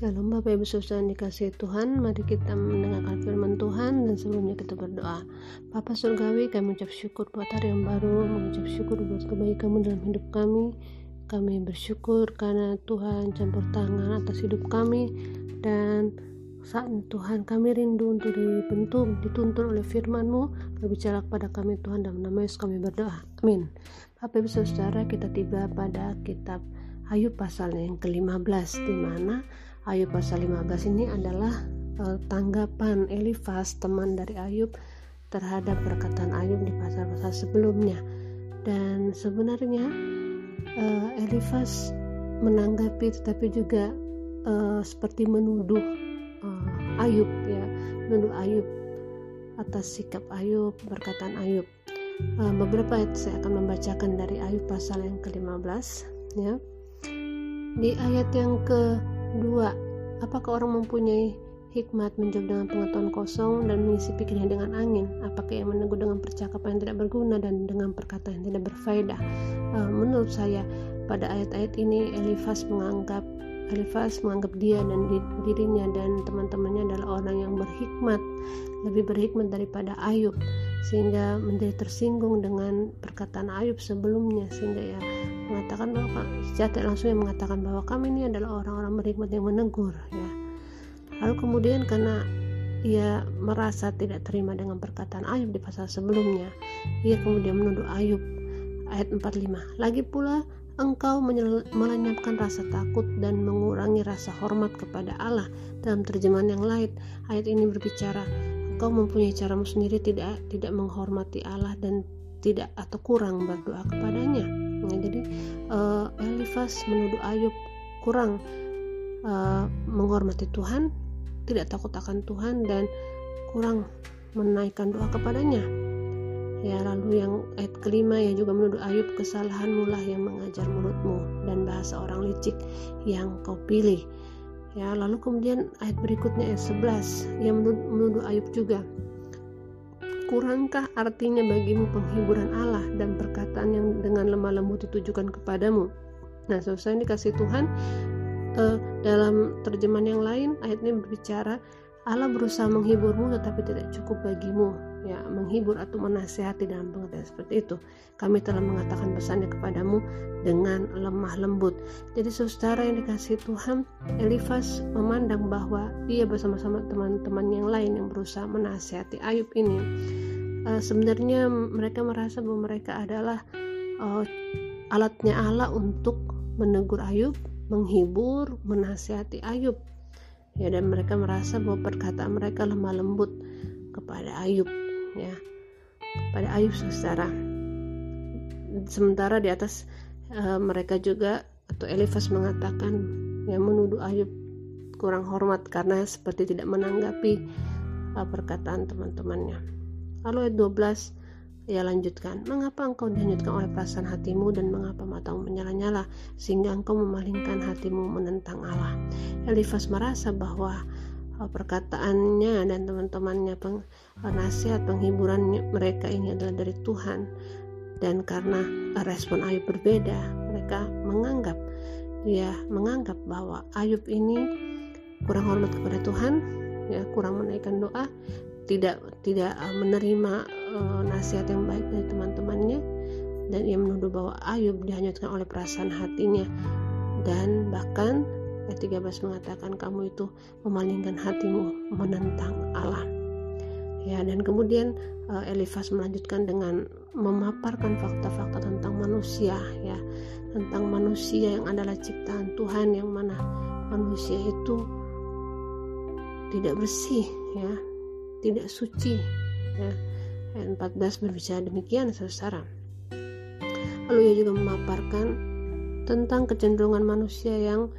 Shalom Bapak Ibu Saudara yang dikasihi Tuhan, mari kita mendengarkan firman Tuhan dan sebelumnya kita berdoa. Bapa Surgawi, kami ucap syukur buat hari yang baru, mengucap syukur buat kebaikan-Mu dalam hidup kami. Kami bersyukur karena Tuhan campur tangan atas hidup kami, dan saat ini Tuhan kami rindu untuk dituntun oleh firman-Mu. Berbicara kepada kami Tuhan, dalam nama Yesus kami berdoa, amin. Bapak Ibu Saudara, kita tiba pada kitab Ayub pasal yang ke-15, di mana Ayub pasal 15 ini adalah tanggapan Elifas, teman dari Ayub, terhadap perkataan Ayub di pasal-pasal sebelumnya. Dan sebenarnya Elifas menanggapi tetapi juga seperti menuduh Ayub, menuduh Ayub atas sikap Ayub, perkataan Ayub. Beberapa ayat saya akan membacakan dari Ayub pasal yang ke-15, ya. Di ayat yang kedua, apakah orang mempunyai hikmat menjawab dengan pengetahuan kosong dan mengisi pikirnya dengan angin? Apakah ia menegur dengan percakapan yang tidak berguna dan dengan perkataan yang tidak berfaedah? Menurut saya pada ayat-ayat ini Elifas menganggap dia dan dirinya dan teman-temannya adalah orang yang berhikmat, lebih berhikmat daripada Ayub, sehingga menjadi tersinggung dengan perkataan Ayub sebelumnya, sehingga ya mengatakan bahwa secara langsung yang mengatakan bahwa kami ini adalah orang-orang berhikmat yang menegur, ya. Lalu kemudian karena ia merasa tidak terima dengan perkataan Ayub di pasal sebelumnya, ia kemudian menuduh Ayub. Ayat 45, lagi pula engkau melenyapkan rasa takut dan mengurangi rasa hormat kepada Allah. Dalam terjemahan yang lain, ayat ini berbicara engkau mempunyai caramu sendiri, tidak menghormati Allah dan tidak atau kurang berdoa kepadanya. Jadi Elifas menuduh Ayub kurang menghormati Tuhan, tidak takut akan Tuhan, dan kurang menaikkan doa kepadanya. Ya, lalu yang ayat kelima, ia juga menuduh Ayub, kesalahanmu lah yang mengajar mulutmu dan bahasa orang licik yang kau pilih. Ya, lalu kemudian ayat berikutnya ayat 11, ia menuduh Ayub juga, kurangkah artinya bagimu penghiburan Allah dan perkataan yang dengan lemah lembut ditujukan kepadamu? Nah, selesai dikasih Tuhan, dalam terjemahan yang lain ayat ini berbicara Allah berusaha menghiburmu tetapi tidak cukup bagimu, ya, menghibur atau menasihati dalam pengertian seperti itu. Kami telah mengatakan pesannya kepadamu dengan lemah lembut. Jadi saudara yang dikasihi Tuhan, Elifas memandang bahwa dia bersama-sama teman-teman yang lain yang berusaha menasihati Ayub ini, sebenarnya mereka merasa bahwa mereka adalah alatnya Allah untuk menegur Ayub, menghibur, menasihati Ayub. Ya, dan mereka merasa bahwa perkataan mereka lemah lembut kepada Ayub, ya, pada Ayub saudara. Sementara di atas mereka juga, atau Elifas mengatakan, ya, menuduh Ayub kurang hormat karena seperti tidak menanggapi perkataan teman-temannya. Lalu ayat 12 ia lanjutkan, mengapa engkau dihanyutkan oleh perasaan hatimu dan mengapa matamu menyala-nyala sehingga engkau memalingkan hatimu menentang Allah? Elifas merasa bahwa perkataannya dan teman-temannya, nasihat penghiburan mereka ini adalah dari Tuhan, dan karena respon Ayub berbeda, mereka menganggap bahwa Ayub ini kurang hormat kepada Tuhan, ya, kurang menaikkan doa, tidak menerima nasihat yang baik dari teman-temannya, dan ia menuduh bahwa Ayub dihanyutkan oleh perasaan hatinya, dan bahkan ayat 13 mengatakan kamu itu memalingkan hatimu menentang Allah. Ya, dan kemudian Elifas melanjutkan dengan memaparkan fakta-fakta tentang manusia, ya, tentang manusia yang adalah ciptaan Tuhan, yang mana manusia itu tidak bersih, ya, tidak suci, ya. Ayat 14 berbicara demikian saudara. Lalu ia juga memaparkan tentang kecenderungan manusia yang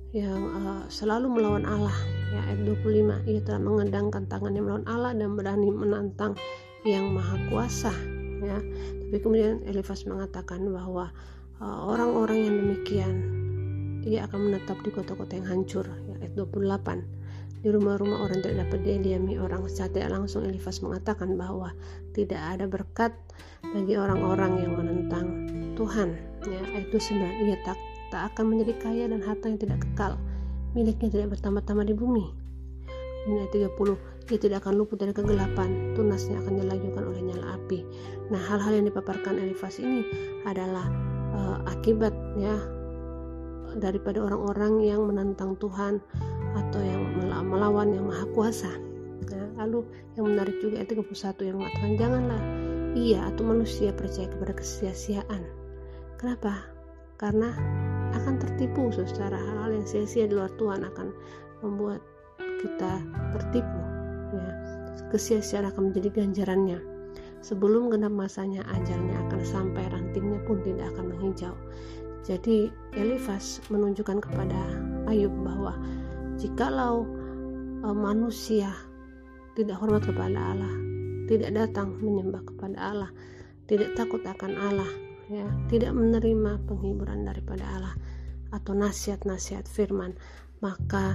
selalu melawan Allah, ya. Ayat 25, ia telah mengendangkan tangannya melawan Allah dan berani menantang yang maha kuasa, ya. Tapi kemudian Elifas mengatakan bahwa orang-orang yang demikian ia akan menetap di kota-kota yang hancur, ya. Ayat 28, di rumah-rumah orang tidak dapat didiami orang. Secara langsung Elifas mengatakan bahwa tidak ada berkat bagi orang-orang yang menentang Tuhan, ya. Ayat 9, ia tak akan menjadi kaya dan harta yang tidak kekal, miliknya tidak bertambah-tambah di bumi. Kemudian ayat 30, ia tidak akan luput dari kegelapan, tunasnya akan dilayukan oleh nyala api. Nah, hal-hal yang dipaparkan Elifas ini adalah akibat ya daripada orang-orang yang menentang Tuhan atau yang melawan yang maha kuasa. Nah, lalu yang menarik juga ayat 31 yang mengatakan, janganlah ia atau manusia percaya kepada kesia-siaan. Kenapa? Karena akan tertipu saudara. Hal-hal yang sia-sia di luar Tuhan akan membuat kita tertipu ya. Kesia-siaan akan menjadi ganjarannya. Sebelum genap masanya, ajalnya akan sampai, rantingnya pun tidak akan menghijau. Jadi Elifas menunjukkan kepada Ayub bahwa jikalau manusia tidak hormat kepada Allah, tidak datang menyembah kepada Allah, tidak takut akan Allah ya, tidak menerima penghiburan daripada Allah atau nasihat-nasihat firman, maka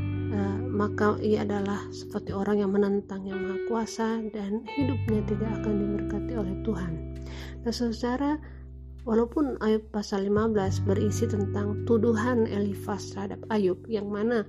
ia adalah seperti orang yang menentang yang maha kuasa dan hidupnya tidak akan diberkati oleh Tuhan. Nah saudara, walaupun Ayub pasal 15 berisi tentang tuduhan Elifas terhadap Ayub, yang mana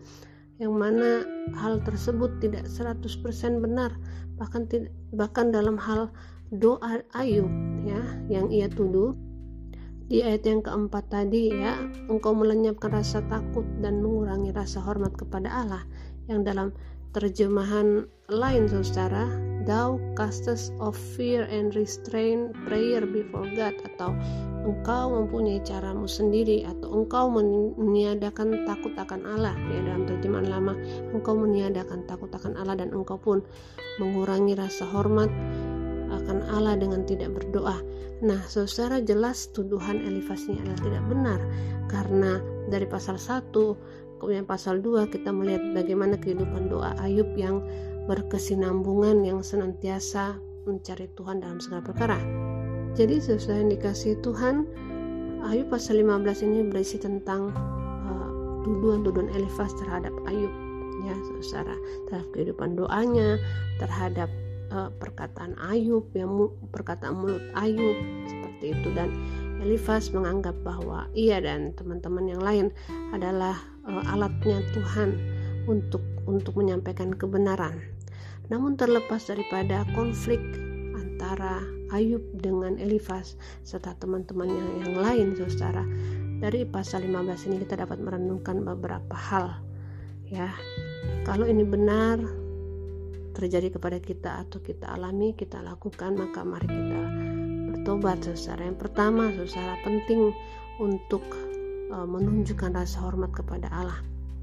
hal tersebut tidak 100% benar, bahkan dalam hal doa Ayub ya yang ia tuduh di ayat yang keempat tadi ya, engkau melenyapkan rasa takut dan mengurangi rasa hormat kepada Allah, yang dalam terjemahan lain saudara, thou castest of fear and restrain prayer before God, atau engkau mempunyai caramu sendiri, atau engkau meniadakan takut akan Allah ya, dalam terjemahan lama, engkau meniadakan takut akan Allah dan engkau pun mengurangi rasa hormat akan Allah dengan tidak berdoa. Nah saudara, jelas tuduhan Elifas ini adalah tidak benar, karena dari pasal 1 kemudian pasal 2 kita melihat bagaimana kehidupan doa Ayub yang berkesinambungan, yang senantiasa mencari Tuhan dalam segala perkara. Jadi saudara yang dikasihi Tuhan, Ayub pasal 15 ini berisi tentang tuduhan-tuduhan Elifas terhadap Ayub ya saudara, terhadap kehidupan doanya, terhadap perkataan Ayub, perkataan mulut Ayub seperti itu. Dan Elifas menganggap bahwa ia dan teman-teman yang lain adalah alatnya Tuhan untuk menyampaikan kebenaran. Namun terlepas daripada konflik antara Ayub dengan Elifas serta teman-temannya yang lain saudara, dari pasal 15 ini kita dapat merenungkan beberapa hal ya. Kalau ini benar terjadi kepada kita atau kita alami, kita lakukan, maka mari kita bertobat saudara. Yang pertama saudara, penting untuk menunjukkan rasa hormat kepada Allah,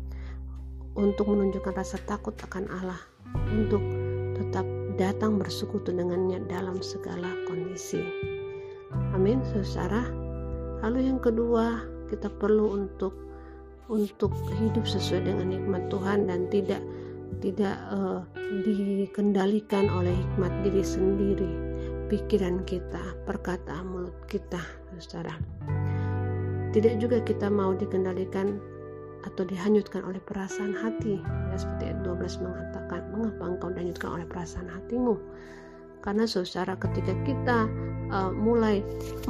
untuk menunjukkan rasa takut akan Allah, untuk tetap datang bersekutu dengannya dalam segala kondisi. Amin saudara. Lalu yang kedua, kita perlu untuk hidup sesuai dengan hikmat Tuhan dan tidak dikendalikan oleh hikmat diri sendiri, pikiran kita, perkataan mulut kita saudara. Tidak juga kita mau dikendalikan atau dihanyutkan oleh perasaan hati ya, seperti ayat 12 mengatakan, mengapa engkau dihanyutkan oleh perasaan hatimu? Karena saudara, ketika kita mulai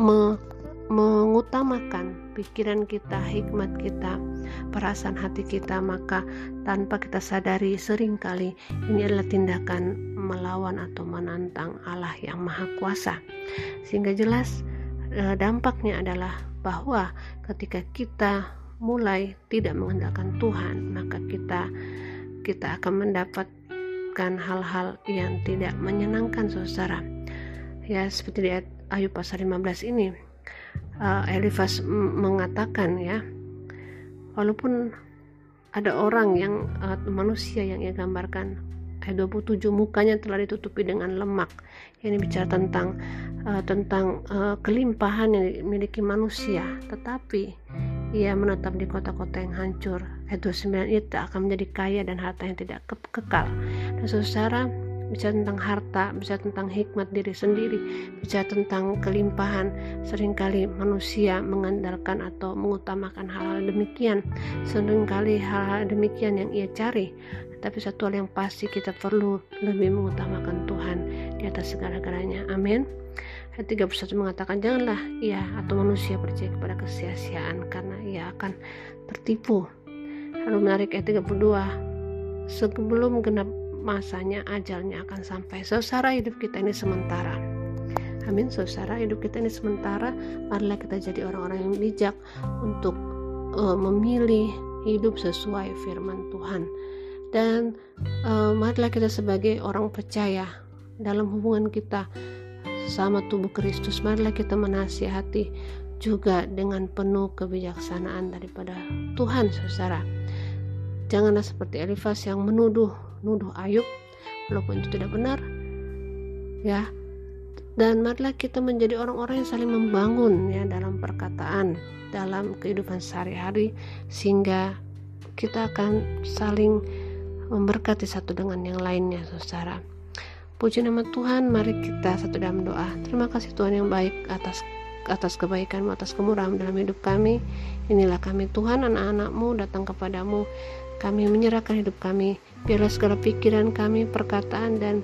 mengutamakan pikiran kita, hikmat kita, perasaan hati kita, maka tanpa kita sadari seringkali ini adalah tindakan melawan atau menantang Allah yang maha kuasa. Sehingga jelas dampaknya adalah bahwa ketika kita mulai tidak mengandalkan Tuhan, maka kita akan mendapatkan hal-hal yang tidak menyenangkan saudara. Ya, seperti di Ayub pasal 15 ini, Elifas mengatakan ya, walaupun ada orang yang manusia yang ia gambarkan, ayat 27, mukanya telah ditutupi dengan lemak. Ini bicara tentang kelimpahan yang dimiliki manusia, tetapi ia menetap di kota-kota yang hancur. Ayat 29, ia tak akan menjadi kaya dan harta yang tidak kekal. Dan saudara, bicara tentang harta, bicara tentang hikmat diri sendiri, bicara tentang kelimpahan. Seringkali manusia mengandalkan atau mengutamakan hal-hal demikian. Seringkali hal-hal demikian yang ia cari. Tapi satu hal yang pasti, kita perlu lebih mengutamakan Tuhan di atas segala-galanya. Amin. Ayat 31 mengatakan, janganlah ia atau manusia percaya kepada kesia-siaan, karena ia akan tertipu. Lalu menarik ayat 32, sebelum genap masanya ajalnya akan sampai. Saudara, hidup kita ini sementara. Amin. Saudara, hidup kita ini sementara. Marilah kita jadi orang-orang yang bijak untuk memilih hidup sesuai firman Tuhan. Dan marilah kita sebagai orang percaya dalam hubungan kita sama tubuh Kristus, marilah kita menasihati juga dengan penuh kebijaksanaan daripada Tuhan. Saudara, janganlah seperti Elifas yang menuduh Ayub walaupun itu tidak benar, ya. Dan marilah kita menjadi orang-orang yang saling membangun, ya, dalam perkataan, dalam kehidupan sehari-hari, sehingga kita akan saling memberkati satu dengan yang lainnya. Saudara, puji nama Tuhan. Mari kita satu dalam doa. Terima kasih Tuhan yang baik atas kebaikan-Mu, atas kemurahan dalam hidup kami. Inilah kami Tuhan, anak-anak-Mu, datang kepadamu. Kami menyerahkan hidup kami. Biarlah segala pikiran kami, perkataan dan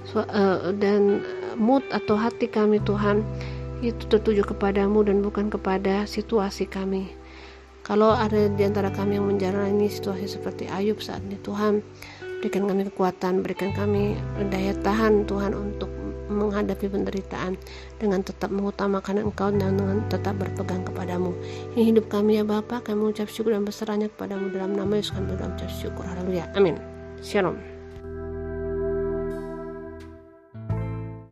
mood atau hati kami Tuhan itu tertuju kepadamu dan bukan kepada situasi kami. Kalau ada di antara kami yang menjalani situasi seperti Ayub saat ini, Tuhan, berikan kami kekuatan, berikan kami daya tahan Tuhan untuk menghadapi penderitaan dengan tetap mengutamakan Engkau dan dengan tetap berpegang kepadamu. Ini hidup kami ya Bapa, kami mengucap syukur dan berserahnya kepadamu dalam nama Yesus kami berucap syukur. Haleluya. Amin. Shalom.